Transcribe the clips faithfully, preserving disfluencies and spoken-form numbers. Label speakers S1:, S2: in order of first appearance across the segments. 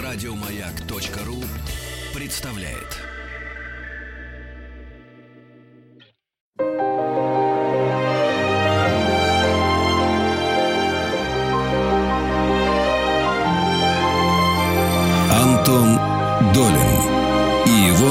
S1: Радиомаяк.ру представляет. Антон Долин и его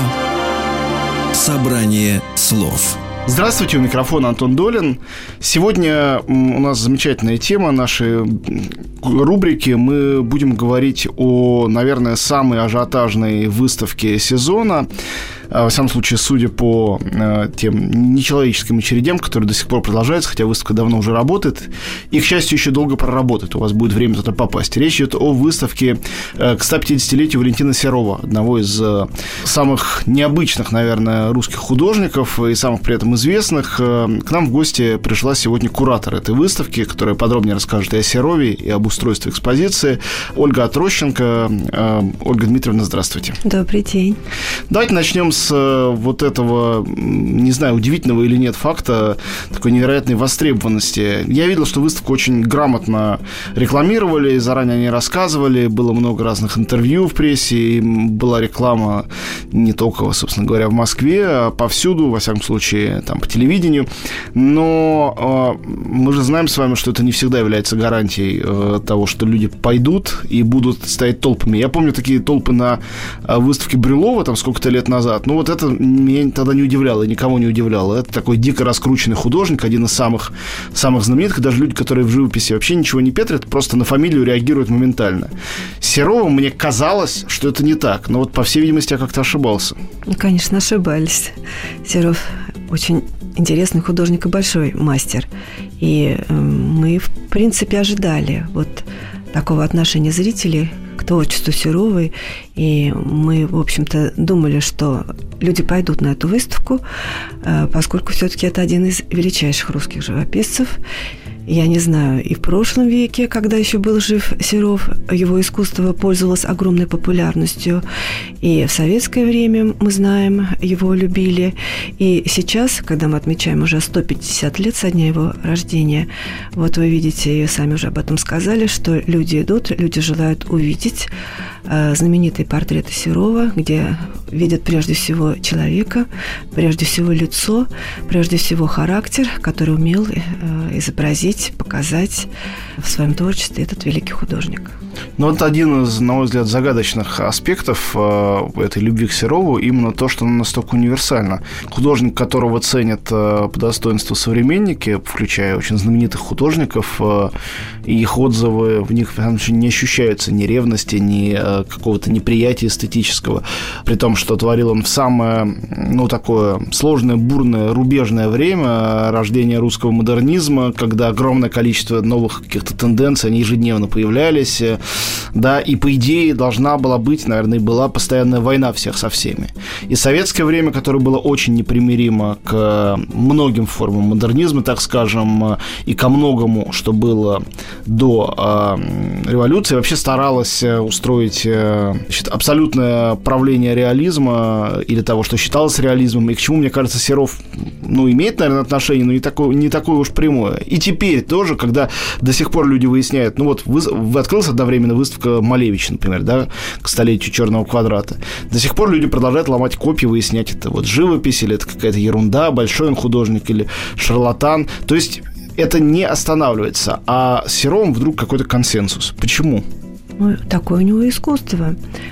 S1: собрание слов.
S2: Здравствуйте, у микрофона Антон Долин. Сегодня у нас замечательная тема нашей рубрики. Мы будем говорить о, наверное, самой ажиотажной выставке сезона. Во всяком случае, судя по э, тем нечеловеческим очередям, которые до сих пор продолжаются, хотя выставка давно уже работает, и, к счастью, еще долго проработает. У вас будет время туда попасть. Речь идет о выставке э, к сто пятидесятилетию Валентина Серова, одного из э, самых необычных, наверное, русских художников и самых при этом известных. Э, к нам в гости пришла сегодня куратор этой выставки, которая подробнее расскажет и о Серове, и об устройстве экспозиции. Ольга Отрощенко. Э, Ольга Дмитриевна, здравствуйте.
S3: Добрый день.
S2: Давайте начнем с вот этого, не знаю, удивительного или нет факта такой невероятной востребованности. Я видел, что выставку очень грамотно рекламировали, заранее они рассказывали, было много разных интервью в прессе, и была реклама не только, собственно говоря, в Москве, а повсюду, во всяком случае, там, по телевидению. Но э, мы же знаем с вами, что это не всегда является гарантией э, того, что люди пойдут и будут стоять толпами. Я помню такие толпы на выставке Брюлова, там, сколько-то лет назад. Ну, вот это меня тогда не удивляло, и никого не удивляло. Это такой дико раскрученный художник, один из самых, самых знаменитых. Даже люди, которые в живописи вообще ничего не петрят, просто на фамилию реагируют моментально. С Серовым мне казалось, что это не так. Но вот, по всей видимости, я как-то ошибался.
S3: Конечно, ошибались. Серов очень интересный художник и большой мастер. И мы, в принципе, ожидали вот такого отношения зрителей к творчеству Серовой, и мы, в общем-то, думали, что люди пойдут на эту выставку, поскольку все-таки это один из величайших русских живописцев. Я не знаю, и в прошлом веке, когда еще был жив Серов, его искусство пользовалось огромной популярностью. И в советское время, мы знаем, его любили. И сейчас, когда мы отмечаем уже сто пятьдесят лет со дня его рождения, вот вы видите, и сами уже об этом сказали, что люди идут, люди желают увидеть знаменитые портреты Серова, где видят прежде всего человека, прежде всего лицо, прежде всего характер, который умел изобразить, показать в своем творчестве этот великий художник.
S2: Ну, вот один из, на мой взгляд, загадочных аспектов э, этой любви к Серову именно то, что она настолько универсальна. Художник, которого ценят э, по достоинству современники, включая очень знаменитых художников, э, и их отзывы, в них не ощущаются ни ревности, ни э, какого-то неприятия эстетического, при том, что творил он в самое, ну, такое сложное, бурное, рубежное время рождения русского модернизма, когда огромное количество новых каких-то тенденций, они ежедневно появлялись. Да, и по идее должна была быть, наверное, и была постоянная война всех со всеми. И советское время, которое было очень непримиримо к многим формам модернизма, так скажем, и ко многому, что было до э, революции, вообще старалось устроить э, значит, абсолютное правление реализма или того, что считалось реализмом, и к чему, мне кажется, Серов, ну, имеет, наверное, отношение, но не такое, не такое уж прямое. И теперь тоже, когда до сих пор люди выясняют, ну вот, вы, вы открылся одновременно выставка Малевича, например, да, к столетию «Черного квадрата». До сих пор люди продолжают ломать копии, выяснять, это вот живопись, или это какая-то ерунда, большой он художник, или шарлатан. То есть это не останавливается. А с Серовым вдруг какой-то консенсус. Почему?
S3: Ну, такое у него искусство.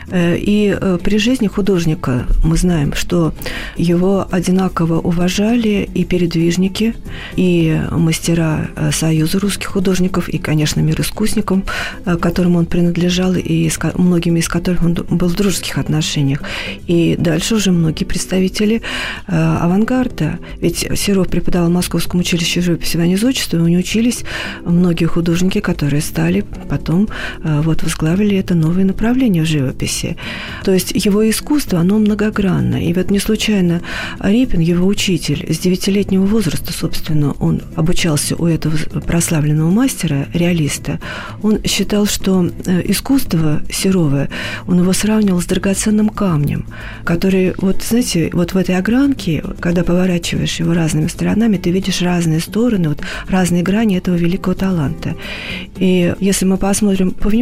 S3: И при жизни художника мы знаем, что его одинаково уважали и передвижники, и мастера Союза русских художников, и, конечно, мир искусников, к которому он принадлежал, и с многими из которых он был в дружеских отношениях. И дальше уже многие представители авангарда. Ведь Серов преподавал в Московском училище живописи Ивана Зодчества, и у него учились многие художники, которые стали потом вот возглавили это новое направление в живописи. То есть его искусство, оно многогранно. И вот не случайно Репин, его учитель, с девятилетнего возраста, собственно, он обучался у этого прославленного мастера, реалиста. Он считал, что искусство Серова, он его сравнивал с драгоценным камнем, который, вот знаете, вот в этой огранке, когда поворачиваешь его разными сторонами, ты видишь разные стороны, вот разные грани этого великого таланта. И если мы посмотрим повнимательнее,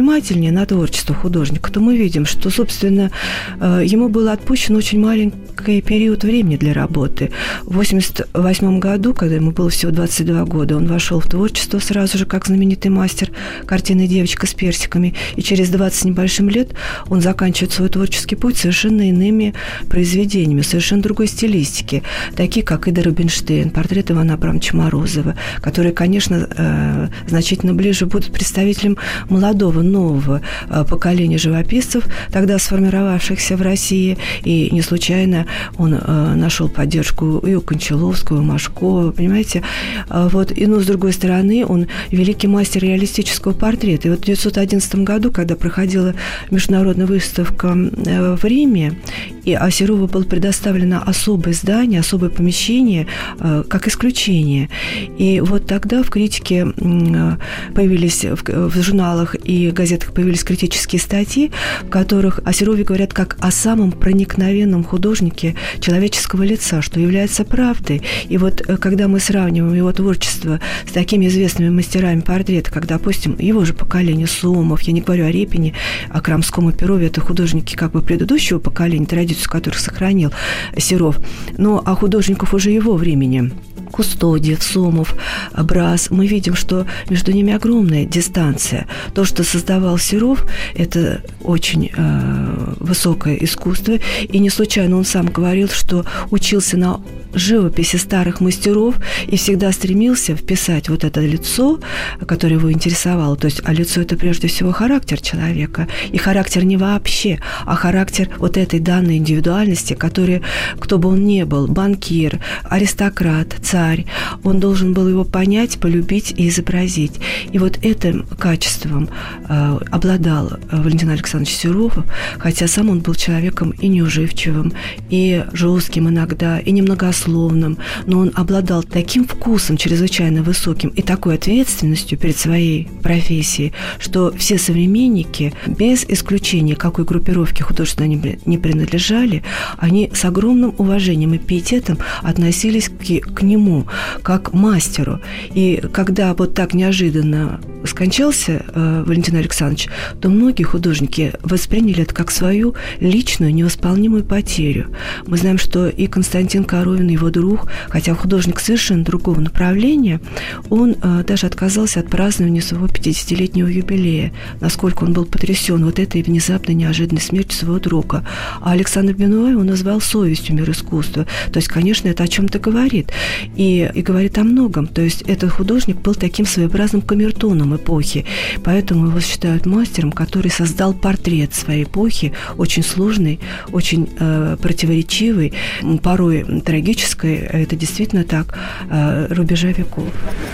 S3: внимание на творчество художника, то мы видим, что, собственно, ему было отпущено очень маленький период времени для работы. В восемьдесят восьмом году, когда ему было всего двадцать два года, он вошел в творчество сразу же, как знаменитый мастер картины «Девочка с персиками». И через двадцать с небольшим лет он заканчивает свой творческий путь совершенно иными произведениями, совершенно другой стилистики, такие как Ида Рубинштейн, портрет Ивана Абрамовича Морозова, которые, конечно, значительно ближе будут представителям молодого, нового поколения живописцев, тогда сформировавшихся в России. И не случайно он нашел поддержку и у Кончаловского, и у Машкова, понимаете. Вот. И, ну, с другой стороны, он великий мастер реалистического портрета. И вот в тысяча девятьсот одиннадцатом году, когда проходила международная выставка в Риме, и а Серову было предоставлено особое здание, особое помещение, как исключение. И вот тогда в критике появились, в журналах и газетах появились критические статьи, в которых о Серове говорят как о самом проникновенном художнике человеческого лица, что является правдой. И вот когда мы сравниваем его творчество с такими известными мастерами портрета, как, допустим, его же поколение Сомов, я не говорю о Репине, о Крамском и Перове, это художники как бы предыдущего поколения, традицию которых сохранил Серов, но о художников уже его времени. Кустодиев, Сомов, Брас, мы видим, что между ними огромная дистанция. То, что создавал Серов, это очень э, высокое искусство, и не случайно он сам говорил, что учился на живописи старых мастеров и всегда стремился вписать вот это лицо, которое его интересовало. То есть, а лицо – это прежде всего характер человека. И характер не вообще, а характер вот этой данной индивидуальности, которая, кто бы он ни был, банкир, аристократ, царь, он должен был его понять, полюбить и изобразить. И вот этим качеством э, обладал Валентин Александрович Серов, хотя сам он был человеком и неуживчивым, и жестким иногда, и немногословным, но он обладал таким вкусом чрезвычайно высоким и такой ответственностью перед своей профессией, что все современники, без исключения какой группировки художественно они не принадлежали, они с огромным уважением и пиететом относились к, к нему, как мастеру. И когда вот так неожиданно скончался э, Валентин Александрович, то многие художники восприняли это как свою личную невосполнимую потерю. Мы знаем, что и Константин Коровин, его друг, хотя художник совершенно другого направления, он э, даже отказался от празднования своего пятидесятилетнего юбилея, насколько он был потрясен вот этой внезапной неожиданной смертью своего друга. А Александр Бенуа он назвал совестью мир искусства. То есть, конечно, это о чем-то говорит. И, и говорит о многом. То есть, этот художник был таким своеобразным камертоном эпохи. Поэтому его считают мастером, который создал портрет своей эпохи, очень сложный, очень э, противоречивый, порой трагический. Это действительно так, э, рубежа веков.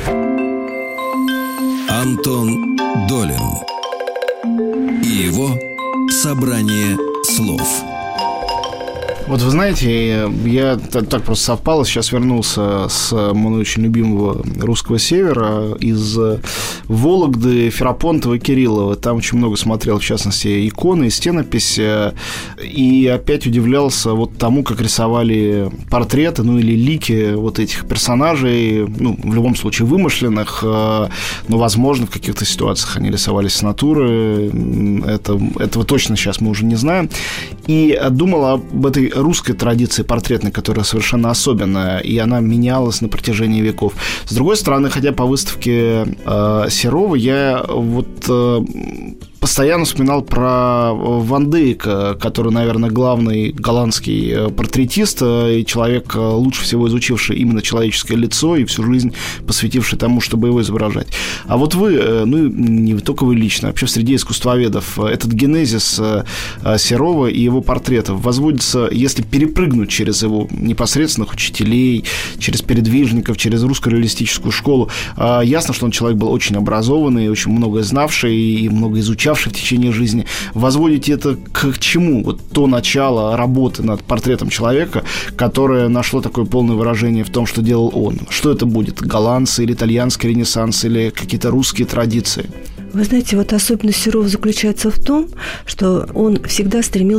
S1: Антон Долин и его собрание слов.
S2: Вот вы знаете, я так просто совпало, сейчас вернулся с моего очень любимого русского севера, из Вологды, Ферапонтова, Кириллова. Там очень много смотрел, в частности, иконы и стенопись, и опять удивлялся вот тому, как рисовали портреты, ну или лики вот этих персонажей, ну, в любом случае вымышленных, но, возможно, в каких-то ситуациях они рисовались с натуры. Это, этого точно сейчас мы уже не знаем. И думал об этой русской традиции портретной, которая совершенно особенная, и она менялась на протяжении веков. С другой стороны, ходя по выставке э, Серова, я вот э, постоянно вспоминал про Ван Дейка, который, наверное, главный голландский портретист и человек, лучше всего изучивший именно человеческое лицо и всю жизнь посвятивший тому, чтобы его изображать. А вот вы, ну, не только вы лично, вообще в среде искусствоведов, этот генезис Серова и его портретов возводится, если перепрыгнуть через его непосредственных учителей, через передвижников, через русскую реалистическую школу. Ясно, что он человек был очень образованный, очень многое знавший и много изучавший в течение жизни. Возводите это к чему? Вот то начало работы над портретом человека, которое нашло такое полное выражение в том, что делал он. Что это будет? Голландцы или итальянский ренессанс, или какие-то русские традиции?
S3: Вы знаете, вот особенность Серова заключается в том, что он всегда стремился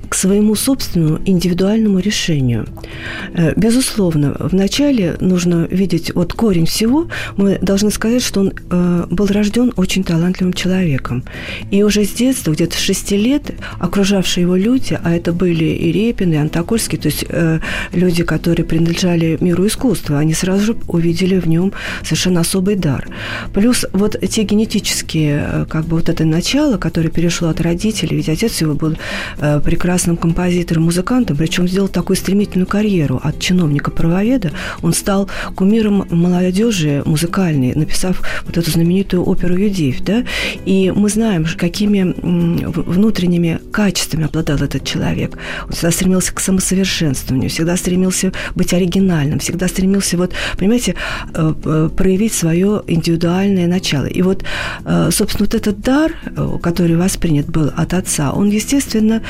S3: к своему собственному индивидуальному решению. Безусловно, вначале нужно видеть вот корень всего. Мы должны сказать, что он э, был рожден очень талантливым человеком. И уже с детства, где-то с шести лет, окружавшие его люди, а это были и Репин, и Антокольский, то есть э, люди, которые принадлежали миру искусства, они сразу же увидели в нем совершенно особый дар. Плюс вот те генетические, как бы вот это начало, которое перешло от родителей, ведь отец его был э, прекрасным композитором, музыкантом, причем сделал такую стремительную карьеру от чиновника-правоведа. Он стал кумиром молодежи музыкальной, написав вот эту знаменитую оперу «Юдивь», да? И мы знаем, какими внутренними качествами обладал этот человек. Он всегда стремился к самосовершенствованию, всегда стремился быть оригинальным, всегда стремился, вот, понимаете, проявить свое индивидуальное начало. И вот, собственно, вот этот дар, который воспринят был от отца, он, естественно,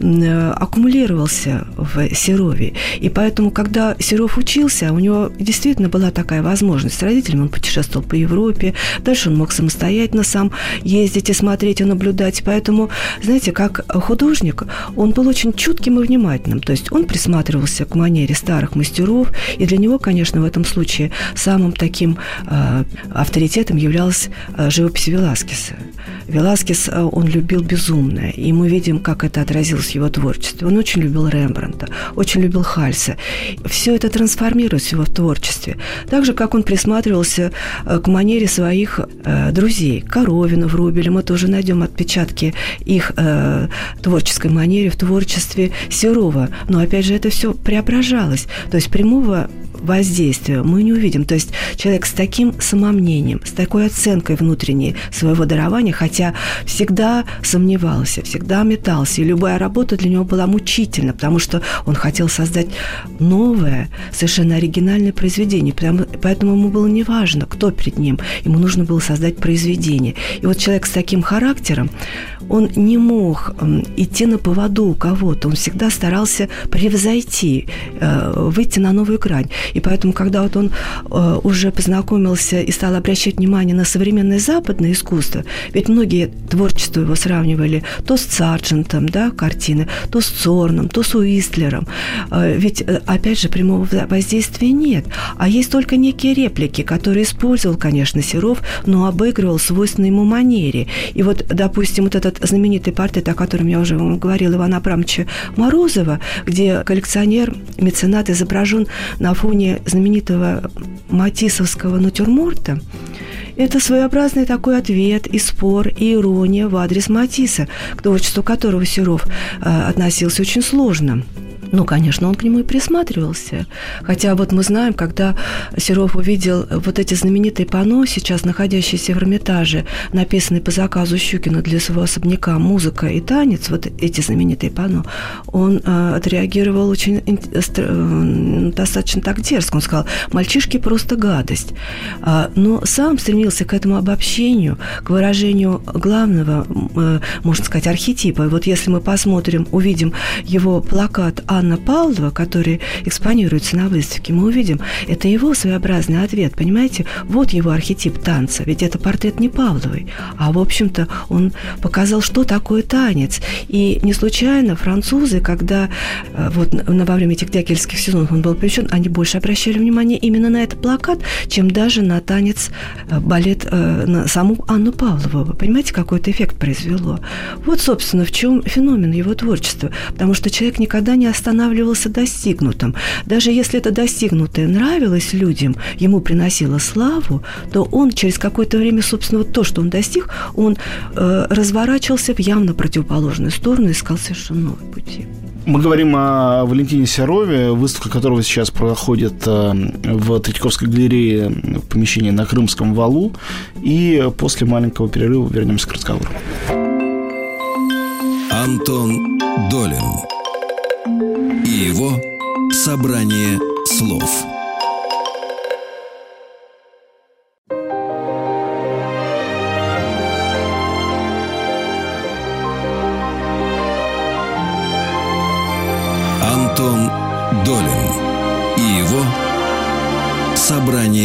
S3: аккумулировался в Серове. И поэтому, когда Серов учился, у него действительно была такая возможность. С родителями он путешествовал по Европе, дальше он мог самостоятельно сам ездить и смотреть, и наблюдать. Поэтому, знаете, как художник, он был очень чутким и внимательным. То есть он присматривался к манере старых мастеров, и для него, конечно, в этом случае самым таким э, авторитетом являлась э, живопись Веласкеса. Веласкес, э, он любил безумное, и мы видим, как это отразилось в его творчестве. Он очень любил Рембрандта, очень любил Хальса. Все это трансформируется в его творчестве. Так же, как он присматривался э, к манере своих э, друзей. Коровина, Врубеля, мы тоже найдем отпечатки их э, творческой манере в творчестве Серова. Но, опять же, это все преображалось. То есть прямого воздействия мы не увидим. То есть человек с таким самомнением, с такой оценкой внутренней своего дарования, хотя всегда сомневался, всегда метался, и любая работа для него была мучительна, потому что он хотел создать новое, совершенно оригинальное произведение. Поэтому ему было неважно, кто перед ним. Ему нужно было создать произведение. И вот человек с таким характером, он не мог идти на поводу у кого-то. Он всегда старался превзойти, выйти на новую грань. И поэтому, когда вот он э, уже познакомился и стал обращать внимание на современное западное искусство, ведь многие творчества его сравнивали то с Сарджентом, да, картины, то с Цорном, то с Уистлером. Э, ведь, опять же, прямого воздействия нет. А есть только некие реплики, которые использовал, конечно, Серов, но обыгрывал свойственной ему манере. И вот, допустим, вот этот знаменитый портрет, о котором я уже вам говорила, Ивана Абрамовича Морозова, где коллекционер, меценат изображен на фоне знаменитого матиссовского натюрморта, это своеобразный такой ответ и спор, и ирония в адрес Матисса, к творчеству которого Серов э, относился очень сложно. Ну, конечно, он к нему и присматривался. Хотя вот мы знаем, когда Серов увидел вот эти знаменитые панно, сейчас находящиеся в Эрмитаже, написанные по заказу Щукина для своего особняка «Музыка и танец», вот эти знаменитые панно, он э, отреагировал очень э, достаточно так дерзко. Он сказал: «Мальчишки просто гадость». А, но сам стремился к этому обобщению, к выражению главного, э, можно сказать, архетипа. И вот если мы посмотрим, увидим его плакат Анна Павлова, который экспонируется на выставке, мы увидим, это его своеобразный ответ, понимаете? Вот его архетип танца, ведь это портрет не Павловой, а, в общем-то, он показал, что такое танец. И не случайно французы, когда вот во время этих декельских сезонов он был посвящен, они больше обращали внимание именно на этот плакат, чем даже на танец, балет, на саму Анну Павлову. Вы понимаете, какой это эффект произвело? Вот, собственно, в чем феномен его творчества, потому что человек никогда не останавливался останавливался достигнутым. Даже если это достигнутое нравилось людям, ему приносило славу, то он через какое-то время, собственно, вот то, что он достиг, он э, разворачивался в явно противоположную сторону и искал совершенно новые пути.
S2: Мы говорим о Валентине Серове, выставка которого сейчас проходит в Третьяковской галерее в помещении на Крымском валу. И после маленького перерыва вернемся к разговору.
S1: Антон Долин и его собрание слов. Антон Долин и его собрание слов.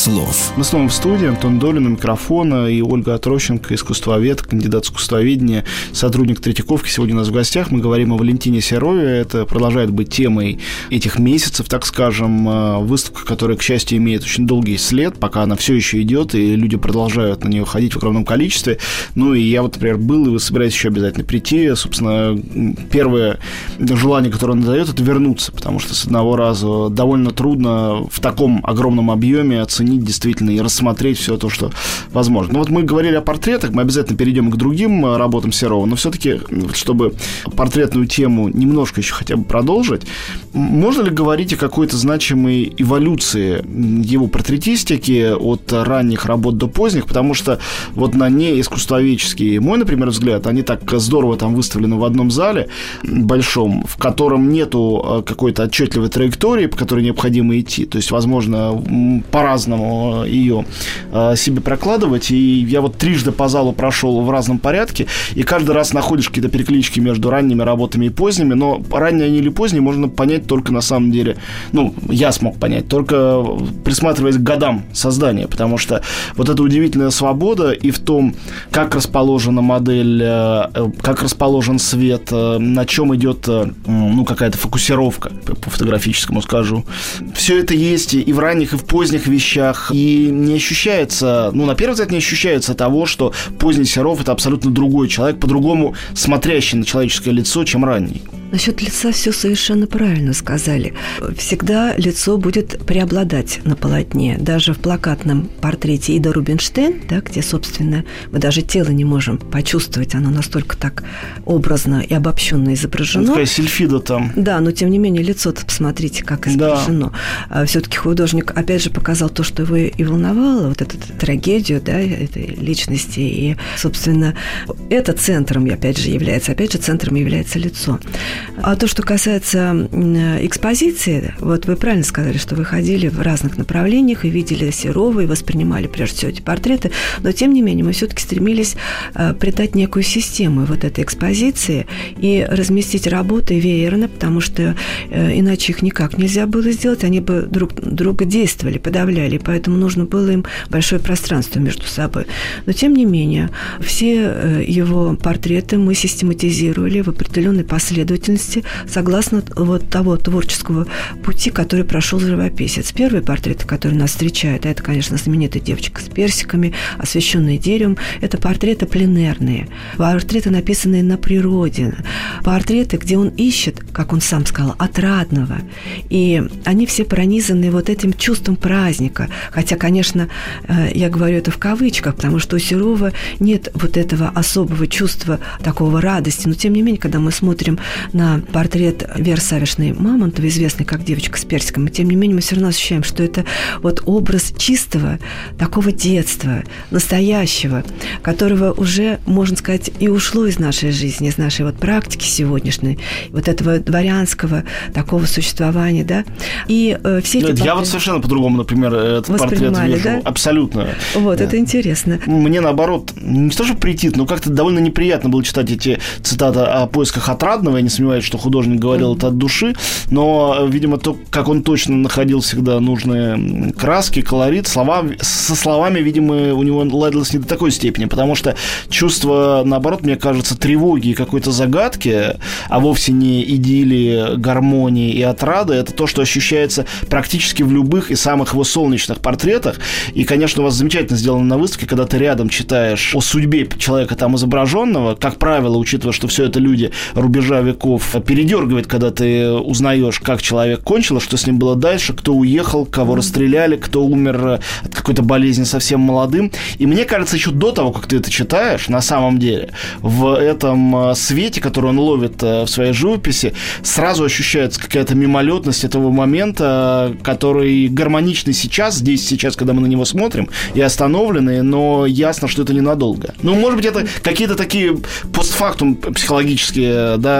S1: слов.
S2: Мы снова в студии. Антон Долин у микрофона и Ольга Отрощенко, искусствовед, кандидат искусствоведения, сотрудник Третьяковки. Сегодня у нас в гостях. Мы говорим о Валентине Серове. Это продолжает быть темой этих месяцев, так скажем. Выставка, которая, к счастью, имеет очень долгий след, пока она все еще идет, и люди продолжают на нее ходить в огромном количестве. Ну, и я вот, например, был, и вы собираетесь еще обязательно прийти. Собственно, первое желание, которое она дает, это вернуться, потому что с одного раза довольно трудно в таком огромном объеме оценить действительно и рассмотреть все то, что возможно. Ну, вот мы говорили о портретах, мы обязательно перейдем к другим работам Серова, но все-таки, чтобы портретную тему немножко еще хотя бы продолжить, можно ли говорить о какой-то значимой эволюции его портретистики от ранних работ до поздних, потому что вот на неискусствоведческие, мой, например, взгляд, они так здорово там выставлены в одном зале большом, в котором нету какой-то отчетливой траектории, по которой необходимо идти, то есть, возможно, по-разному ее себе прокладывать, и я вот трижды по залу прошел в разном порядке, и каждый раз находишь какие-то переклички между ранними работами и поздними, но ранние они или поздние можно понять только на самом деле, ну, я смог понять, только присматриваясь к годам создания, потому что вот эта удивительная свобода и в том, как расположена модель, как расположен свет, на чем идет, ну, какая-то фокусировка, по фотографическому скажу. Все это есть и в ранних, и в поздних вещах, и не ощущается, ну, на первый взгляд, не ощущается того, что поздний Серов – это абсолютно другой человек, по-другому смотрящий на человеческое лицо, чем ранний.
S3: Насчет лица все совершенно правильно сказали. Всегда лицо будет преобладать на полотне. Даже в плакатном портрете Ида Рубинштейн, да, где, собственно, мы даже тело не можем почувствовать, оно настолько так образно и обобщенно изображено.
S2: Ну, такая сильфида там.
S3: Да, но тем не менее лицо-то посмотрите, как изображено. Да. Все-таки художник, опять же, показал то, что его и волновало, вот эту трагедию, да, этой личности. И, собственно, это центром, опять же, является, опять же, центром является лицо. А то, что касается экспозиции, вот вы правильно сказали, что вы ходили в разных направлениях и видели Серова, и воспринимали прежде всего эти портреты, но, тем не менее, мы все-таки стремились придать некую систему вот этой экспозиции и разместить работы веерно, потому что иначе их никак нельзя было сделать, они бы друг друга действовали, подавляли, поэтому нужно было им большое пространство между собой. Но, тем не менее, все его портреты мы систематизировали в определенной последовательности, согласно вот того творческого пути, который прошел живописец. Первые портреты, которые нас встречают, это, конечно, знаменитая девочка с персиками, освещенная деревом, это портреты пленерные, портреты, написанные на природе, портреты, где он ищет, как он сам сказал, отрадного. И они все пронизаны вот этим чувством праздника. Хотя, конечно, я говорю это в кавычках, потому что у Серова нет вот этого особого чувства такого радости. Но, тем не менее, когда мы смотрим на портрет Веры Савишной Мамонтовой, известной как девочка с персиком, и тем не менее мы все равно ощущаем, что это вот образ чистого такого детства, настоящего, которого уже, можно сказать, и ушло из нашей жизни, из нашей вот практики сегодняшней, вот этого дворянского такого существования, да. И э, все эти...
S2: Я портреты... вот совершенно по-другому, например, этот портрет вижу. Да? Абсолютно.
S3: Вот,
S2: да.
S3: Это интересно.
S2: Мне, наоборот, не то, что претит, но как-то довольно неприятно было читать эти цитаты о поисках отрадного. Я не сомневаюсь, что художник говорил mm-hmm. это от души, но, видимо, то, как он точно находил всегда нужные краски, колорит, слова, со словами, видимо, у него ладилось не до такой степени, потому что чувство, наоборот, мне кажется, тревоги и какой-то загадки, а вовсе не идиллии, гармонии и отрады, это то, что ощущается практически в любых и самых его солнечных портретах. И, конечно, у вас замечательно сделано на выставке, когда ты рядом читаешь о судьбе человека там изображенного, как правило, учитывая, что все это люди рубежа веков, передергивает, когда ты узнаешь, как человек кончил, что с ним было дальше, кто уехал, кого расстреляли, кто умер от какой-то болезни совсем молодым. И мне кажется, еще до того, как ты это читаешь, на самом деле, в этом свете, который он ловит в своей живописи, сразу ощущается какая-то мимолетность этого момента, который гармоничный сейчас, здесь, сейчас, когда мы на него смотрим, и остановленный, но ясно, что это ненадолго. Ну, может быть, это какие-то такие постфактум психологические, да,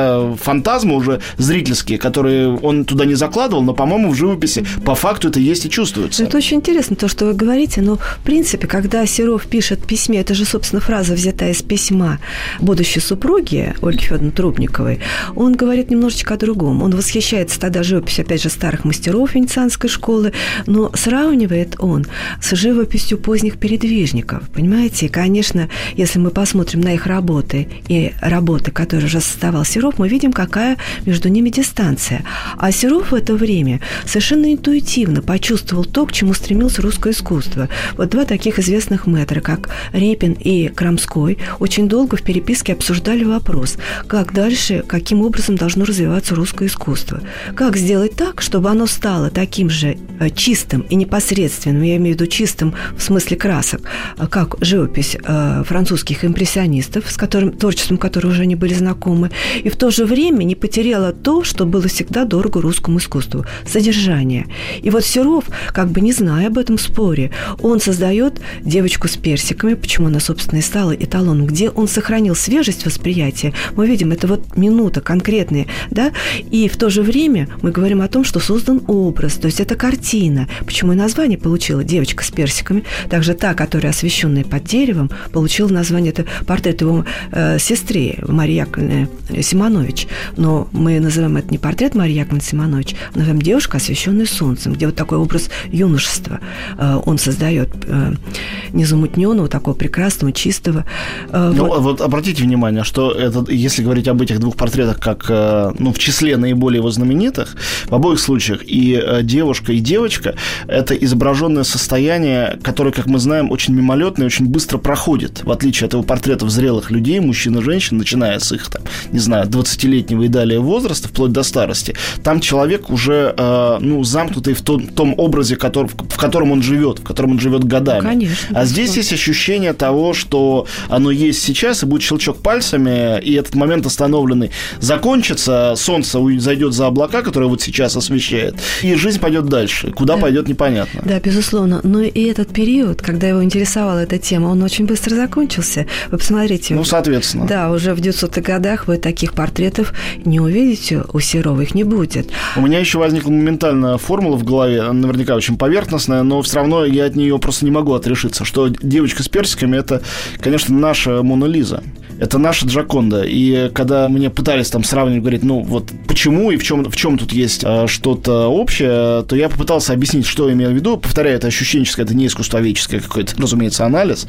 S2: фантазмы уже зрительские, которые он туда не закладывал, но, по-моему, в живописи по факту это есть и чувствуется.
S3: Это очень интересно, то, что вы говорите, но, в принципе, когда Серов пишет в письме, это же, собственно, фраза, взятая из письма будущей супруги Ольги Федоровны Трубниковой, он говорит немножечко о другом. Он восхищается тогда живописью, опять же, старых мастеров венецианской школы, но сравнивает он с живописью поздних передвижников, понимаете? И, конечно, если мы посмотрим на их работы и работы, которые уже создавал Серов, мы видим, какая между ними дистанция. А Серов в это время совершенно интуитивно почувствовал то, к чему стремилось русское искусство. Вот два таких известных мэтра, как Репин и Крамской, очень долго в переписке обсуждали вопрос, как дальше, каким образом должно развиваться русское искусство. Как сделать так, чтобы оно стало таким же чистым и непосредственным, я имею в виду чистым в смысле красок, как живопись французских импрессионистов, с которым, творчеством которых уже не были знакомы, и в то же время не потеряла то, что было всегда дорого русскому искусству – содержание. И вот Серов, как бы не зная об этом споре, он создает «Девочку с персиками», почему она, собственно, и стала эталоном, где он сохранил свежесть восприятия. Мы видим, это вот минута конкретная, да, и в то же время мы говорим о том, что создан образ, то есть это картина. Почему и название получила «Девочка с персиками», также та, которая освещенная под деревом, получила название, это портрет его э, сестры Марии Яковлевны Симонович. Но мы называем это не портрет Марии Яковлевны Симонович, а называем «Девушка, освещенная солнцем», где вот такой образ юношества э, он создает, э, незамутненного, такого прекрасного, чистого. Э,
S2: ну,
S3: вот.
S2: вот обратите внимание, что это, если говорить об этих двух портретах как э, ну, в числе наиболее его знаменитых, в обоих случаях и э, девушка, и девочка – это изображенное состояние, которое, как мы знаем, очень мимолетно и очень быстро проходит, в отличие от его портретов зрелых людей, мужчин и женщин, начиная с их, там, не знаю, двадцатилетнего и далее возраста, вплоть до старости. Там человек уже э, ну, замкнутый в том, том образе, который, в котором он живет, в котором он живет годами.
S3: Ну, конечно,
S2: а здесь есть ощущение того, что оно есть сейчас, и будет щелчок пальцами, и этот момент остановленный закончится, солнце зайдет за облака, которые вот сейчас освещает, и жизнь пойдет дальше. Куда да. пойдет, непонятно.
S3: Да, безусловно. Но и этот период, когда его интересовала эта тема, он очень быстро закончился. Вы посмотрите.
S2: Ну, соответственно.
S3: Да, уже в девятисотых годах вы таких портретов не увидите у Серова, их не будет.
S2: У меня еще возникла моментальная формула в голове, наверняка очень поверхностная, но все равно я от нее просто не могу отрешиться, что «Девочка с персиками» — это, конечно, наша Мона Лиза. Это наша Джоконда. И когда мне пытались там сравнивать, говорить, ну вот почему и в чем, в чем тут есть а, что-то общее, то я попытался объяснить, что я имел в виду. Повторяю, это ощущенческое, это не искусствоведческое какой-то, разумеется, анализ,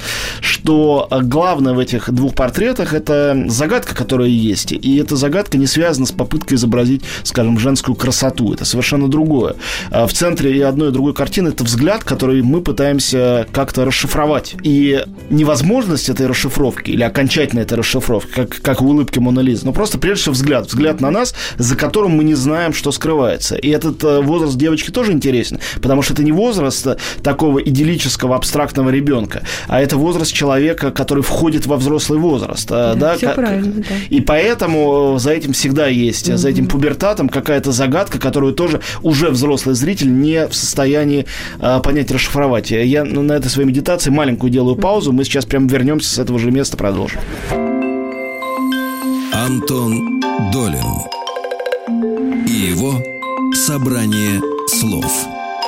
S2: что главное в этих двух портретах — это загадка, которая есть. И эта загадка не связана с попыткой изобразить, скажем, женскую красоту. Это совершенно другое. В центре и одной, и другой картины — это взгляд, который мы пытаемся как-то расшифровать. И невозможность этой расшифровки или окончательной этой расшифровки, как, как в улыбке Моны Лизы, но просто прежде всего взгляд, взгляд на нас, за которым мы не знаем, что скрывается. И этот э, возраст девочки тоже интересен, потому что это не возраст такого идиллического, абстрактного ребенка, а это возраст человека, который входит во взрослый возраст. Да,
S3: да,
S2: да,
S3: все
S2: как,
S3: правильно, да.
S2: И поэтому за этим всегда есть, mm-hmm. за этим пубертатом какая-то загадка, которую тоже уже взрослый зритель не в состоянии э, понять, расшифровать. Я ну, на этой своей медитации маленькую делаю паузу, мы сейчас прямо вернемся с этого же места, продолжим.
S1: Антон Долин и его собрание слов.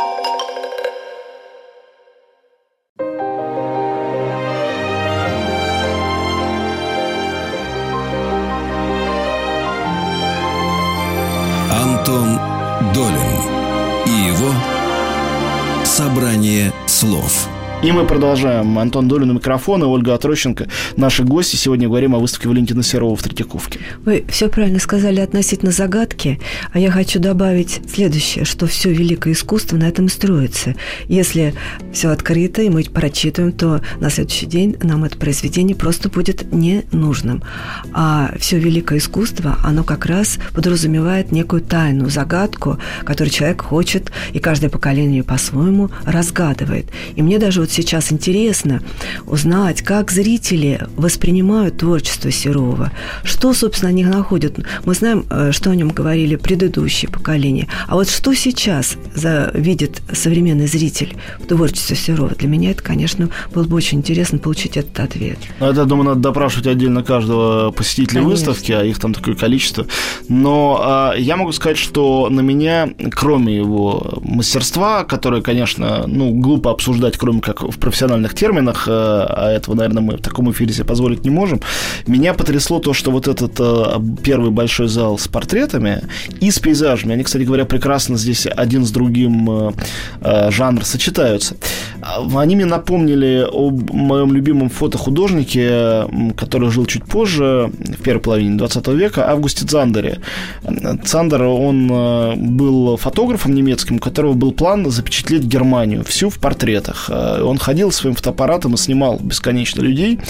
S1: Антон Долин и его собрание слов.
S2: И мы продолжаем. Антон Долин у микрофона, Ольга Отрощенко. Наши гости. Сегодня говорим о выставке Валентина Серова в Третьяковке.
S3: Вы все правильно сказали относительно загадки, а я хочу добавить следующее, что все великое искусство на этом и строится. Если все открыто, и мы прочитываем, то на следующий день нам это произведение просто будет ненужным. А все великое искусство, оно как раз подразумевает некую тайну, загадку, которую человек хочет, и каждое поколение по-своему разгадывает. И мне даже вот вот сейчас интересно узнать, как зрители воспринимают творчество Серова, что, собственно, они находят. Мы знаем, что о нем говорили предыдущие поколения. А вот что сейчас за, видит современный зритель в творчестве Серова? Для меня это, конечно, было бы очень интересно получить этот ответ.
S2: Это, думаю, надо допрашивать отдельно каждого посетителя
S3: Конечно.
S2: выставки, а их там такое количество. Но а, я могу сказать, что на меня, кроме его мастерства, которое, конечно, ну, глупо обсуждать, кроме как в профессиональных терминах, а этого, наверное, мы в таком эфире себе позволить не можем, меня потрясло то, что вот этот а, первый большой зал с портретами и с пейзажами, они, кстати говоря, прекрасно здесь один с другим а, жанр сочетаются. Они мне напомнили об моем любимом фотохудожнике, который жил чуть позже, в первой половине двадцатого века, Августе Цандере. Цандер, он был фотографом немецким, у которого был план запечатлеть Германию всю в портретах. Он ходил своим фотоаппаратом и снимал бесконечно людей,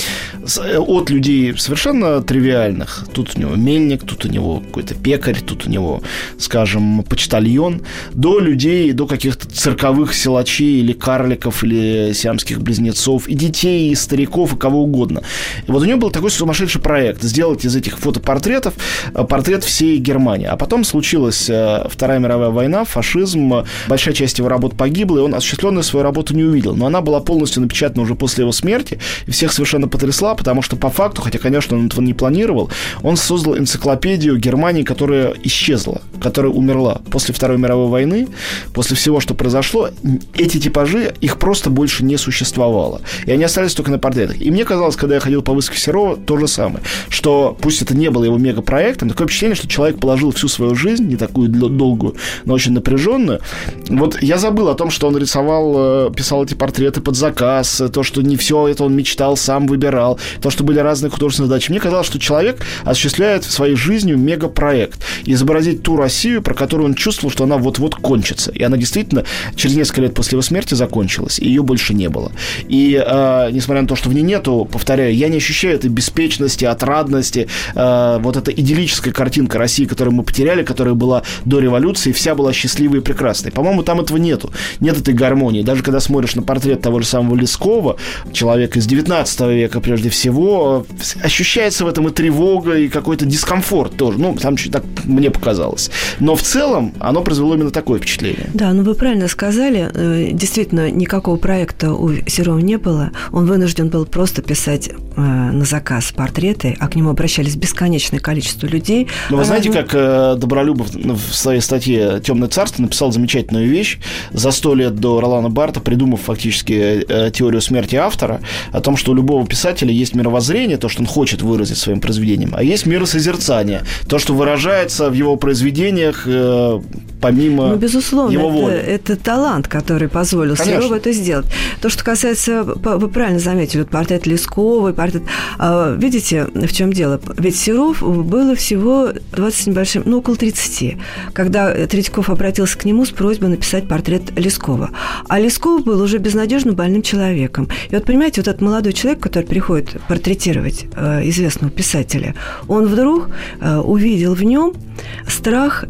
S2: от людей совершенно тривиальных. Тут у него мельник, тут у него какой-то пекарь, тут у него, скажем, почтальон, до людей, до каких-то цирковых силачей или карликов, или сиамских близнецов, и детей, и стариков, и кого угодно. И вот у него был такой сумасшедший проект — сделать из этих фотопортретов портрет всей Германии. А потом случилась Вторая мировая война, фашизм, большая часть его работ погибла, и он осуществленную свою работу не увидел. Но она была полностью напечатана уже после его смерти, и всех совершенно потрясла, потому что по факту, хотя, конечно, он этого не планировал, он создал энциклопедию Германии, которая исчезла, которая умерла. После Второй мировой войны, после всего, что произошло, эти типажи, их просто больше не существовало. И они остались только на портретах. И мне казалось, когда я ходил по выставке Серова, то же самое, что пусть это не было его мегапроектом, такое впечатление, что человек положил всю свою жизнь, не такую долгую, но очень напряженную. Вот я забыл о том, что он рисовал, писал эти портреты под заказ, то, что не все это он мечтал, сам выбирал, то, что были разные художественные задачи. Мне казалось, что человек осуществляет своей жизнью мегапроект. Изобразить ту Россию, про которую он чувствовал, что она вот-вот кончится. И она действительно через несколько лет после его смерти закончилась, и ее больше не было. И э, несмотря на то, что в ней нету, повторяю, я не ощущаю этой беспечности, отрадности, э, вот эта идиллическая картинка России, которую мы потеряли, которая была до революции, вся была счастливой и прекрасной. По-моему, там этого нету. Нет этой гармонии. Даже когда смотришь на портрет того же самого Лескова, человека из девятнадцатого века прежде всего, ощущается в этом и тревога, и какой-то дискомфорт тоже. Ну, там чуть так мне показалось. Но в целом оно произвело именно такое впечатление.
S3: Да, ну вы правильно сказали. Действительно, никакого проекта у Серова не было. Он вынужден был просто писать э, на заказ портреты, а к нему обращались бесконечное количество людей.
S2: Но вы
S3: а
S2: знаете,
S3: разно...
S2: как э, Добролюбов в своей статье «Темное царство» написал замечательную вещь за сто лет до Ролана Барта, придумав фактически э, теорию смерти автора, о том, что у любого писателя есть мировоззрение, то, что он хочет выразить своим произведением, а есть миросозерцание, то, что выражается в его произведениях э, помимо
S3: ну, безусловно,
S2: его воли.
S3: Это, это талант, который позволил
S2: Конечно.
S3: Серову это сделать. То, что касается, вы правильно заметили, вот портрет Лесковой, портрет... Видите, в чем дело? Ведь Серов было всего двадцать небольшим, ну, около тридцати, когда Третьяков обратился к нему с просьбой написать портрет Лескова. А Лесков был уже безнадежно больным человеком. И вот, понимаете, вот этот молодой человек, который приходит портретировать известного писателя, он вдруг увидел в нем страх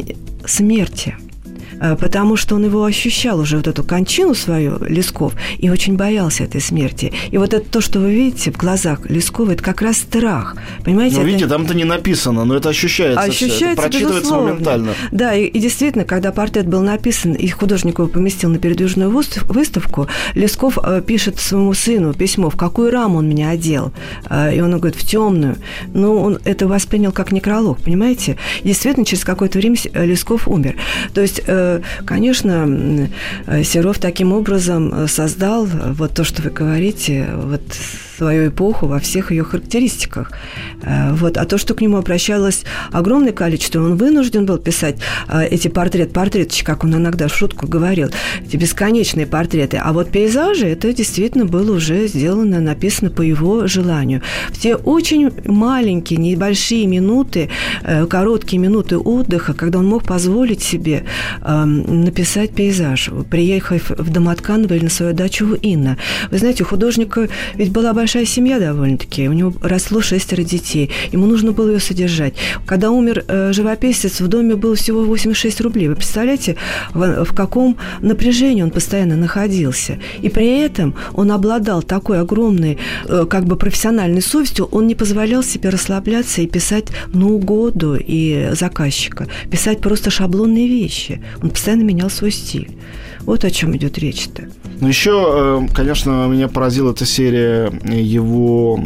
S3: смерти. Потому что он его ощущал уже, вот эту кончину свою, Лесков, и очень боялся этой смерти. И вот это то, что вы видите в глазах Лескова, это как раз страх. Понимаете?
S2: Ну,
S3: это...
S2: видите, там-то не написано, но это ощущается.
S3: Ощущается,
S2: это прочитывается
S3: безусловно.
S2: моментально.
S3: Да, и, и действительно, когда портрет был написан, и художник его поместил на передвижную выставку, Лесков э, пишет своему сыну письмо, в какую раму он меня одел. Э, и он говорит, в темную. Ну, он это воспринял как некролог, понимаете? И действительно, через какое-то время Лесков умер. То есть... Э, Конечно, Серов таким образом создал вот то, что вы говорите, вот свою эпоху во всех ее характеристиках. Вот. А то, что к нему обращалось огромное количество, он вынужден был писать эти портреты, портреточки, как он иногда в шутку говорил, эти бесконечные портреты. А вот пейзажи, это действительно было уже сделано, написано по его желанию. В те очень маленькие, небольшие минуты, короткие минуты отдыха, когда он мог позволить себе написать пейзаж, приехав в Домотканово или на свою дачу в Инна. Вы знаете, у художника ведь была большая большая семья довольно-таки. У него росло шестеро детей. Ему нужно было ее содержать. Когда умер э, живописец, в доме было всего восемьдесят шесть рублей. Вы представляете, в, в каком напряжении он постоянно находился. И при этом он обладал такой огромной, э, как бы профессиональной совестью, он не позволял себе расслабляться и писать на угоду и заказчика. Писать просто шаблонные вещи. Он постоянно менял свой стиль. Вот о чем идет речь-то.
S2: Ну, еще, конечно, меня поразила эта серия его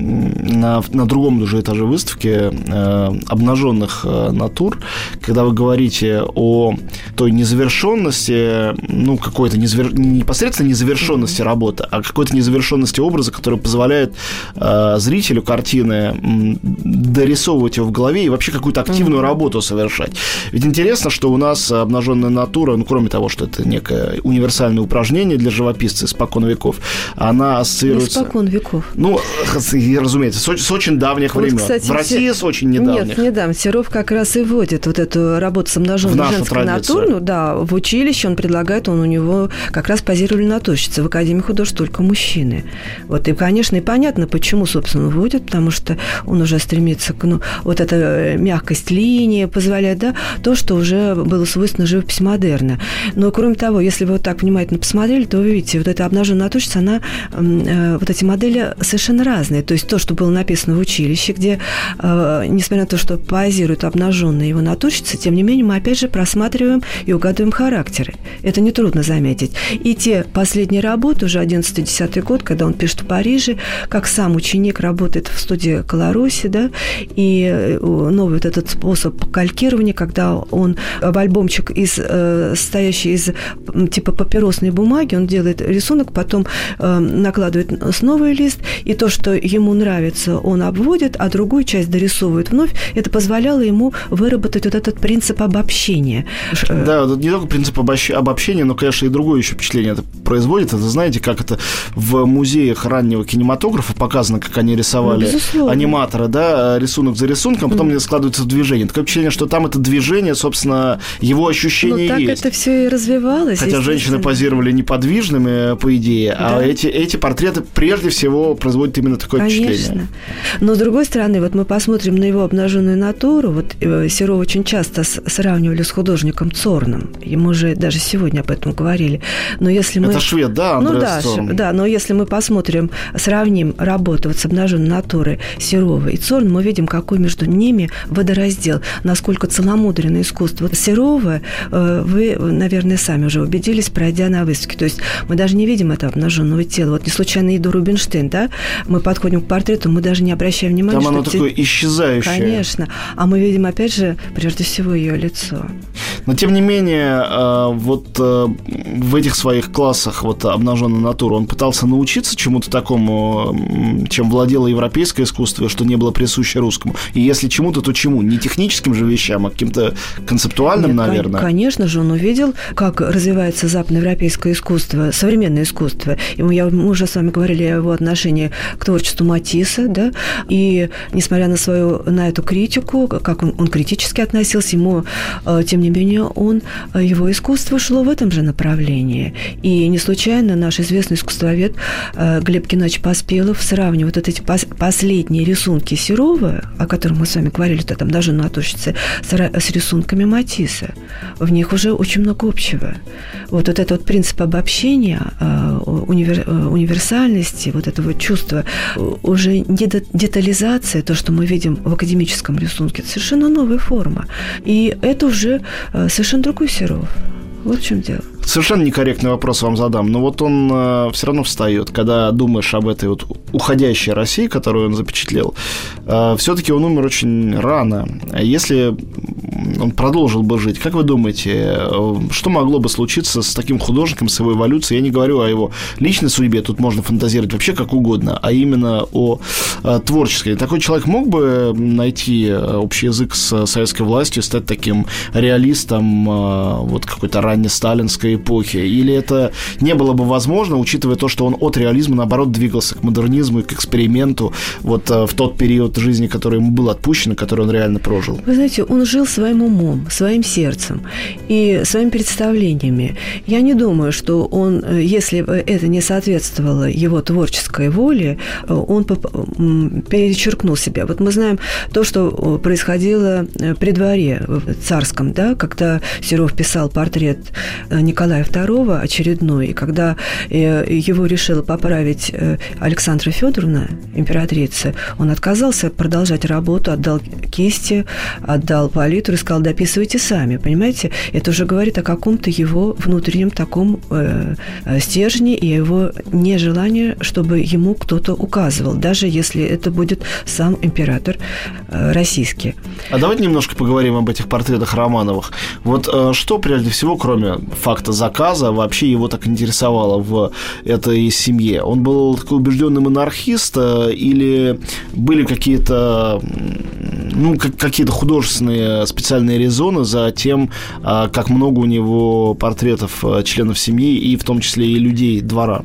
S2: на, на другом уже этаже выставки э, обнаженных э, натур, когда вы говорите о той незавершенности, ну, какой-то незавер... не непосредственно незавершенности работы, а какой-то незавершенности образа, который позволяет э, зрителю картины м, дорисовывать его в голове и вообще какую-то активную mm-hmm. работу совершать. Ведь интересно, что у нас обнаженная натура, ну, кроме того, что это некое универсальное упражнение для живописца испокон веков, она ассоциируется...
S3: Испокон веков.
S2: Ну, разумеется, с, с очень давних вот, времен. Кстати, в России с очень недавних.
S3: Нет, недавно. Серов как раз и вводит вот эту работу с обнаженной женской натурой. Ну, да, в училище он предлагает, он у него как раз позировали натурщицы. В Академии художеств только мужчины. Вот, и, конечно, и понятно, почему, собственно, вводит, потому что он уже стремится к, ну, вот эта мягкость линии позволяет, да, то, что уже было свойственно живописи модерна. Но, кроме того, если вы вот так внимательно посмотрели, то вы видите, вот эта обнаженная натурщица, она, э, вот эти модели совершенно разные. То есть то, что было написано в училище, где, э, несмотря на то, что позируют обнаженные его натурщицы, тем не менее мы опять же просматриваем и угадываем характеры. Это нетрудно заметить. И те последние работы, уже одиннадцатый-десятый год, когда он пишет в Париже, как сам ученик работает в студии Колоруси, да, и новый вот этот способ калькирования, когда он в альбомчик, из, э, состоящий из типа папиросной бумаги, он делает рисунок, потом э, накладывает новый лист, и то, что ему нравится, он обводит, а другую часть дорисовывает вновь. Это позволяло ему выработать вот этот принцип обобщения.
S2: Да, вот не только принцип обобщения, но, конечно, и другое еще впечатление это производит. Это, знаете, как это в музеях раннего кинематографа показано, как они рисовали ну, аниматоры, да, рисунок за рисунком, потом mm. складывается в движение. Такое впечатление, что там это движение, собственно, его ощущение
S3: ну,
S2: есть.
S3: Так это все и развивалось.
S2: Хотя женщины позировали неподвижными, по идее, да. а эти, эти портреты прежде всего производят именно такое
S3: Конечно.
S2: впечатление.
S3: Но, с другой стороны, вот мы посмотрим на его обнаженную натуру. Вот Серова очень часто сравнивали с художником Цорном. И мы уже даже сегодня об этом говорили. Но если мы...
S2: Это швед, да, Андреас
S3: ну, да,
S2: Цорн?
S3: Да, но если мы посмотрим, сравним работу вот с обнаженной натурой Серова и Цорн, мы видим, какой между ними водораздел, насколько целомудренное искусство. Вот Серова, вы, наверное, сами уже убедились, пройдя на выставке. То есть мы даже не видим этого обнаженного тела. Вот не случайно Ида Рубинштейн, да, мы подходим к портрету, мы даже не обращаем внимания,
S2: там
S3: что...
S2: оно те... такое исчезающее.
S3: Конечно. А мы видим, опять же, прежде всего, ее лицо.
S2: Но, тем не менее, вот в этих своих классах вот обнаженной натуры он пытался научиться чему-то такому, чем владело европейское искусство, что не было присуще русскому. И если чему-то, то чему? Не техническим же вещам, а каким-то концептуальным, Нет, наверное.
S3: Конечно же, он увидел, как развивается западноевропейское искусство, современное искусство. И мы, я, мы уже с вами говорили о его отношении к творчеству Матисса, да, и несмотря на свою, на эту критику, как он, он критически относился, ему, тем не менее, он, его искусство шло в этом же направлении. И не случайно наш известный искусствовед Глеб Геннадьевич Поспелов, сравнивает вот эти пос, последние рисунки Серова, о которых мы с вами говорили, то там даже натурщицы, с, с рисунками Матисса. В них уже очень много общего. Вот, вот этот вот принцип обобщения, универ, универсальности, вот этого чувства, уже детализация, то, что мы видим в академическом рисунке, это совершенно новая форма. И это уже совершенно другой Серов. Вот в чем дело.
S2: Совершенно некорректный вопрос вам задам, но вот он э, все равно встает, когда думаешь об этой вот уходящей России, которую он запечатлел. Э, все-таки он умер очень рано. Если он продолжил бы жить, как вы думаете, э, что могло бы случиться с таким художником, с его эволюцией? Я не говорю о его личной судьбе, тут можно фантазировать вообще как угодно, а именно о творческой. Такой человек мог бы найти общий язык с советской властью, стать таким реалистом вот какой-то ранней сталинской эпохи? Или это не было бы возможно, учитывая то, что он от реализма, наоборот, двигался к модернизму и к эксперименту вот в тот период жизни, который ему был отпущен, и который он реально прожил?
S3: Вы знаете, он жил своим умом, своим сердцем и своими представлениями. Я не думаю, что он, если это не соответствовало его творческой воле, он перечеркнул себя. Вот мы знаем то, что происходило при дворе царском, да, когда Серов писал портрет Николая второго очередной, и когда его решила поправить Александра Федоровна, императрица, он отказался продолжать работу, отдал кисти, отдал палитру и сказал: дописывайте сами, понимаете? Это уже говорит о каком-то его внутреннем таком э, стержне и его нежелании, чтобы ему кто-то указывал, даже если это будет сам император э, российский.
S2: А давайте немножко поговорим об этих портретах Романовых. Вот э, что, прежде всего, кроме факта заказа, вообще его так интересовало в этой семье? Он был такой убежденный монархист э, или были какие-то, ну, как, какие-то художественные специальные резоны за тем, э, как много у него портретов членов семьи и в том числе и людей двора?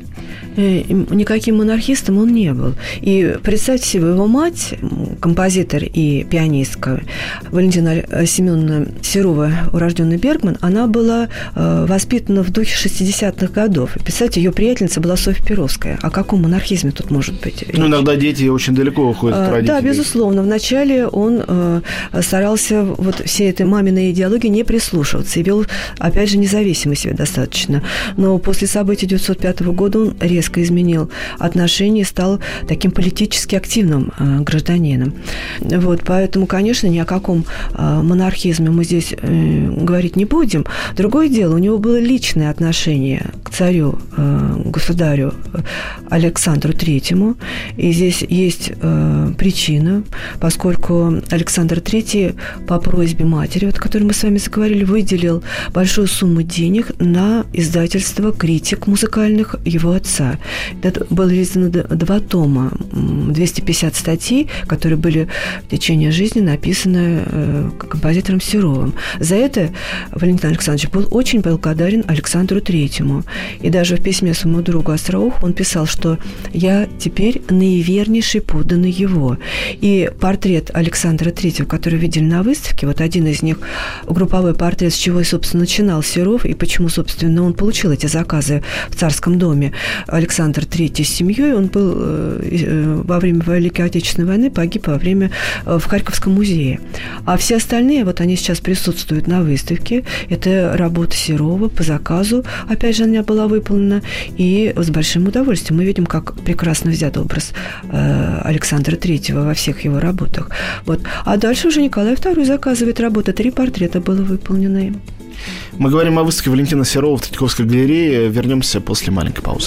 S3: Никаким монархистом он не был. И представьте себе, его мать, композитор и пианистка Валентина Семеновна Серова, урожденная Бергман, она была э, воспитана в духе шестидесятых годов. Представьте, ее приятельница была Софья Перовская. О каком монархизме тут может быть?
S2: Ну, иногда дети очень далеко уходят от родителей.
S3: Да, безусловно. Вначале он э, старался вот всей этой маминой идеологии не прислушиваться и вел, опять же, независимо себя достаточно. Но после событий девятьсот пятого года он резко изменил отношения и стал таким политически активным э, гражданином. Вот, поэтому, конечно, ни о каком э, монархизме мы здесь э, говорить не будем. Другое дело, у него было личное отношение к царю, э, государю Александру Третьему. И здесь есть э, причина, поскольку Александр Третий по просьбе матери, вот, о которой мы с вами заговорили, выделил большую сумму денег на издательство критик музыкальных его отца. Это было издано два тома, двести пятьдесят статей, которые были в течение жизни написаны э, композитором Серовым. За это Валентин Александрович был очень благодарен Александру Третьему. И даже в письме своему другу Остроуху он писал, что «я теперь наивернейший подданный его». И портрет Александра Третьего, который видели на выставке, вот один из них, групповой портрет, с чего, собственно, начинал Серов, и почему, собственно, он получил эти заказы в царском доме. Александр Третий с семьей, он был э, во время Великой Отечественной войны, погиб во время э, в Харьковском музее. А все остальные, вот они сейчас присутствуют на выставке, это работа Серова по заказу, опять же, она была выполнена, и с большим удовольствием мы видим, как прекрасно взят образ э, Александра Третьего во всех его работах. Вот. А дальше уже Николай Второй заказывает работы, три портрета было выполнено им.
S2: Мы говорим о выставке Валентина Серова в Третьяковской галерее. Вернемся после маленькой паузы.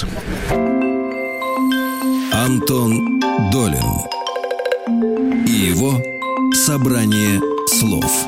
S1: Антон Долин и его собрание слов.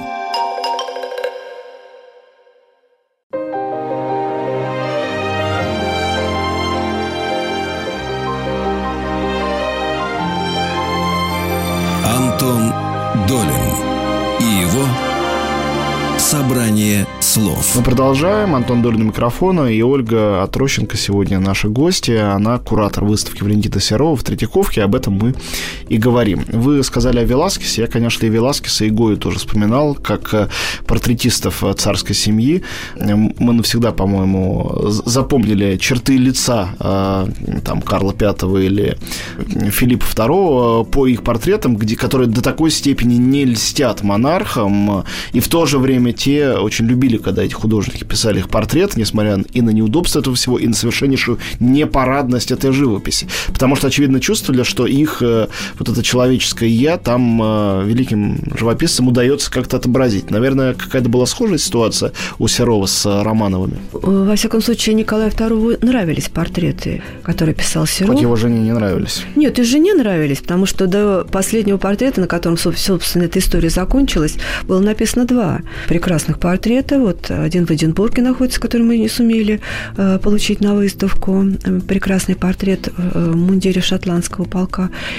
S1: Антон Долин и его собрание слов.
S2: Мы продолжаем. Антон Долин у микрофона, и Ольга Отрощенко сегодня наши гости. Она куратор выставки Валентина Серова в Третьяковке. Об этом мы и говорим. Вы сказали о Веласкесе. Я, конечно, и Веласкеса, и Гою тоже вспоминал, как портретистов царской семьи. Мы навсегда, по-моему, запомнили черты лица там, Карла Пятого или Филиппа Второго по их портретам, где, которые до такой степени не льстят монархам, и в то же время те очень любили, когда эти художники писали их портреты, несмотря и на неудобство этого всего, и на совершеннейшую непарадность этой живописи. Потому что, очевидно, чувствовали, что их вот это человеческое «я» там великим живописцам удается как-то отобразить. Наверное, какая-то была схожая ситуация у Серова с Романовыми.
S3: Во всяком случае, Николаю Второму нравились портреты, которые писал Серов.
S2: Хоть его жене не нравились.
S3: Нет, и жене нравились, потому что до последнего портрета, на котором, собственно, эта история закончилась, было написано два прекрасных портрета. Вот один в Эдинбурге находится, который мы не сумели э, получить на выставку. Прекрасный портрет в мундире шотландского полка. И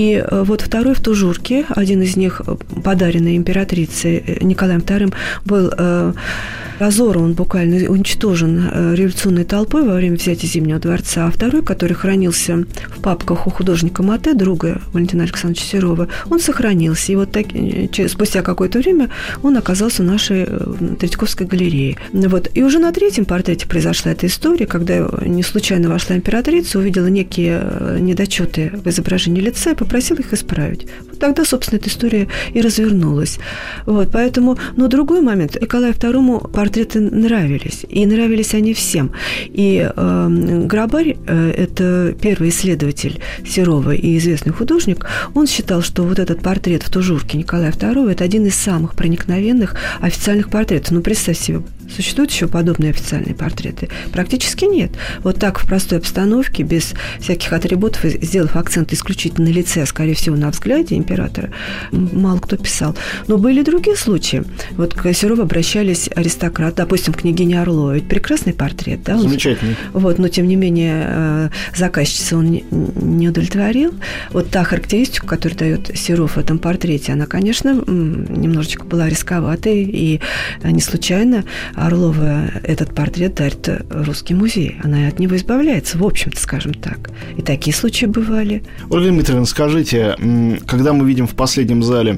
S3: И вот второй в тужурке, один из них, подаренный императрицей Николаем вторым, был разорван, буквально уничтожен революционной толпой во время взятия Зимнего дворца, а второй, который хранился в папках у художника Мате, друга Валентина Александровича Серова, он сохранился. И вот так, спустя какое-то время он оказался в нашей Третьяковской галерее. Вот. И уже на третьем портрете произошла эта история, когда не случайно вошла императрица, увидела некие недочеты в изображении лица и попросила их исправить. Вот тогда, собственно, эта история и развернулась. Вот. Поэтому, но другой момент. Николаю второму портреты нравились. И нравились они всем. И э, Грабарь, э, это первый исследователь Серова и известный художник, он считал, что вот этот портрет в тужурке Николая второго – это один из самых проникновенных официальных портретов. Ну, представь себе, существуют еще подобные официальные портреты? Практически нет. Вот так в простой обстановке, без всяких атрибутов, сделав акцент исключительно на лице, а скорее всего на взгляде императора, мало кто писал. Но были другие случаи. Вот к Серову обращались аристократы, допустим, княгиня Орлова. Ведь прекрасный портрет, да?
S2: Замечательный.
S3: Вот, но, тем не менее, заказчица он не удовлетворил. Вот та характеристика, которую дает Серов в этом портрете, она, конечно, немножечко была рисковатой, и не случайно Орлова этот портрет дарит Русский музей. Она от него избавляется, в общем-то, скажем так. И такие случаи бывали.
S2: Ольга Дмитриевна, скажите, когда мы видим в последнем зале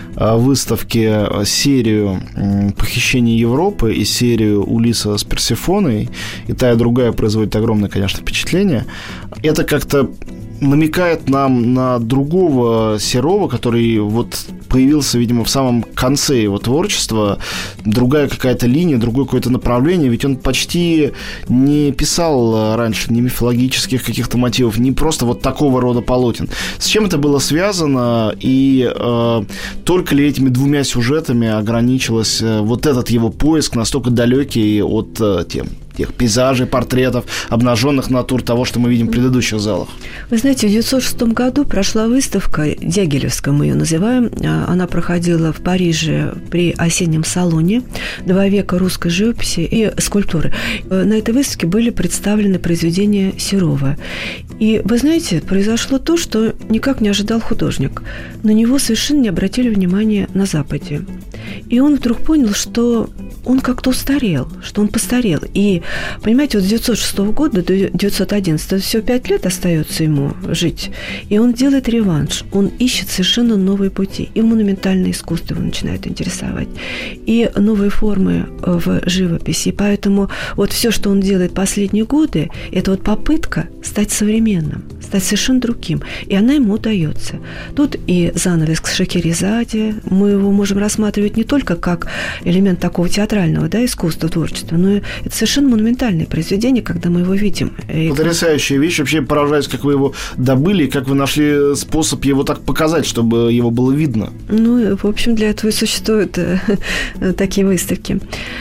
S2: выставки серию «Похищение Европы» и серию «Улисса с Персефоной», и та и другая производит огромное, конечно, впечатление, это как-то намекает нам на другого Серова, который вот появился, видимо, в самом конце его творчества, другая какая-то линия, другое какое-то направление, ведь он почти не писал раньше ни мифологических каких-то мотивов, ни просто вот такого рода полотен. С чем это было связано, и э, только ли этими двумя сюжетами ограничилось э, вот этот его поиск, настолько далекий от э, тем, тех пейзажей, портретов, обнаженных натур того, что мы видим в предыдущих залах?
S3: Вы знаете, в девятьсот шестом году прошла выставка, Дягилевская мы ее называем, она проходила в Париже при осеннем салоне «Два века русской живописи и скульптуры». На этой выставке были представлены произведения Серова. И, вы знаете, произошло то, что никак не ожидал художник. На него совершенно не обратили внимания на Западе. И он вдруг понял, что он как-то устарел, что он постарел. И, понимаете, вот с девятьсот шестого года до девятьсот одиннадцатого всего пять лет остается ему жить. И он делает реванш. Он ищет совершенно новые пути. И монументальное искусство его начинает интересовать. И новые формы в живописи. И поэтому вот все, что он делает последние годы, это вот попытка стать современным, стать совершенно другим. И она ему удается. Тут и занавес к Шахерезаде. Мы его можем рассматривать не только как элемент такого театрального, да, искусства, творчества, но это совершенно монументальное произведение, когда мы его видим.
S2: Потрясающая вещь. Вообще поражаюсь, как вы его добыли, как вы нашли способ его так показать, чтобы его было видно.
S3: Ну, в общем, для этого и существуют такие выставки.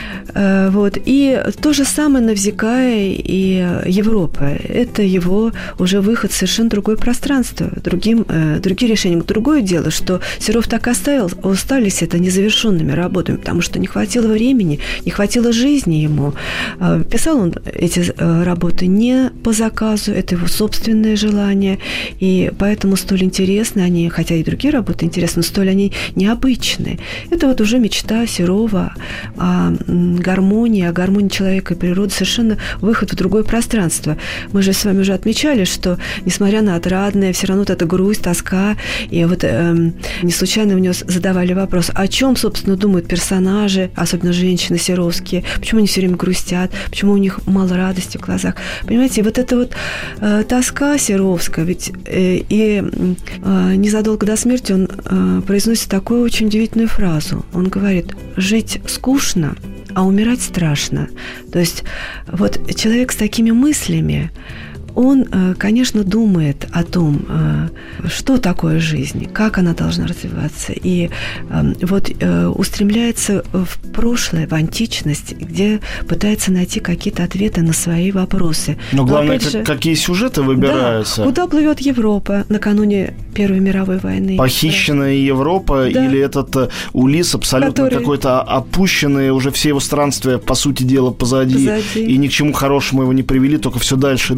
S3: Вот. И то же самое Навзикая и Европа. Это его уже выход в совершенно другое пространство, другим, другие решения. Другое дело, что Серов так оставил, остались это незавершенными работами, потому что не хватило времени, не хватило жизни ему. Писал он эти работы не по заказу, это его собственное желание, и поэтому столь интересны они, хотя и другие работы интересны, но столь они необычны. Это вот уже мечта Серова о гармонии, о гармонии человека и природы, совершенно выход в другое пространство. Мы же с вами уже отмечали, что, несмотря на отрадное, все равно вот эта грусть, тоска, и вот э, не случайно у него задавали вопрос, о чем, собственно, думают персонажи, особенно женщины серовские, почему они все время грустят, почему у них мало радости в глазах. Понимаете, вот эта вот э, тоска серовская, ведь э, и э, незадолго до смерти он э, произносит такую очень удивительную фразу. Он говорит: «Жить скучно, а умирать страшно». То есть вот человек с такими мыслями, он, конечно, думает о том, что такое жизнь, как она должна развиваться, и вот устремляется в прошлое, в античность, где пытается найти какие-то ответы на свои вопросы.
S2: Но главное, как, же, какие сюжеты выбираются.
S3: Да, куда плывет Европа накануне Первой мировой войны?
S2: Похищенная Европа, да. Или этот Улисс абсолютно Который... какой-то опущенный, уже все его странствия, по сути дела, позади, позади, и ни к чему хорошему его не привели, только все дальше и дальше, какой-то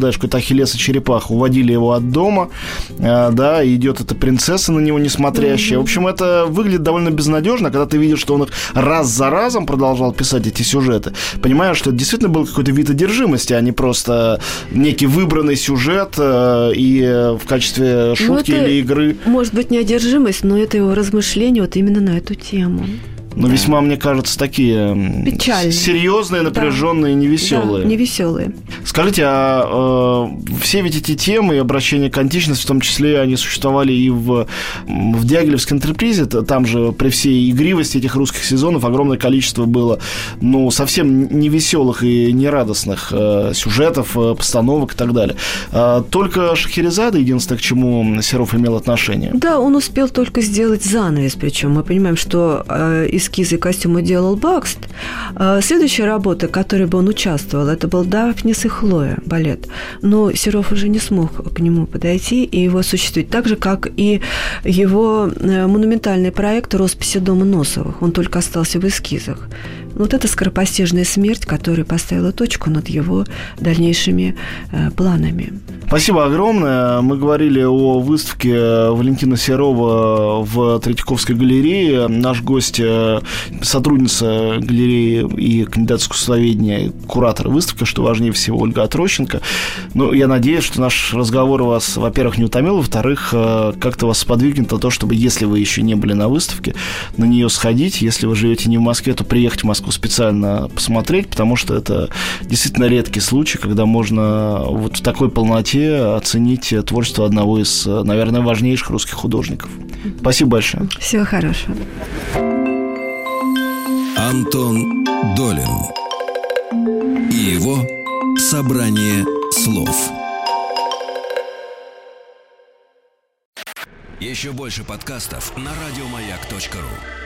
S2: Ахиллес и черепах уводили его от дома, да, и идет эта принцесса на него несмотрящая. Mm-hmm. В общем, это выглядит довольно безнадежно, когда ты видишь, что он их раз за разом продолжал писать эти сюжеты. Понимаешь, что это действительно был какой-то вид одержимости, а не просто некий выбранный сюжет и в качестве шутки ну, или игры.
S3: Может быть, не одержимость, но это его размышления вот именно на эту тему.
S2: Но да. весьма, мне кажется, такие печальные, серьезные, напряженные, да. невеселые.
S3: Да, невеселые.
S2: Скажите, а э, все ведь эти темы и обращения к античности, в том числе, они существовали и в, в Дягилевской энтерпризе, там же при всей игривости этих русских сезонов огромное количество было, ну, совсем невеселых и нерадостных э, сюжетов, э, постановок и так далее. А только Шахерезада единственное, к чему Серов имел отношение.
S3: Да, он успел только сделать занавес, причем мы понимаем, что э, из эскизы костюма делал Бакст. Следующая работа, в которой бы он участвовал, это был «Дафнис и Хлоя» балет. Но Серов уже не смог к нему подойти и его осуществить. Так же, как и его монументальный проект «Росписи дома Носовых». Он только остался в эскизах. Вот это скоропостижная смерть, которая поставила точку над его дальнейшими э, планами.
S2: Спасибо огромное. Мы говорили о выставке Валентина Серова в Третьяковской галерее. Наш гость – сотрудница галереи и кандидат искусствоведения, куратор выставки, что важнее всего, Ольга Отрощенко. Ну, я надеюсь, что наш разговор вас, во-первых, не утомил, во-вторых, как-то вас сподвигнет на то, чтобы, если вы еще не были на выставке, на нее сходить. Если вы живете не в Москве, то приехать в Москву специально посмотреть, потому что это действительно редкий случай, когда можно вот в такой полноте оценить творчество одного из, наверное, важнейших русских художников. Спасибо большое.
S3: Всего хорошего.
S1: Антон Долин и его собрание слов. Еще больше подкастов на радиомаяк точка ру.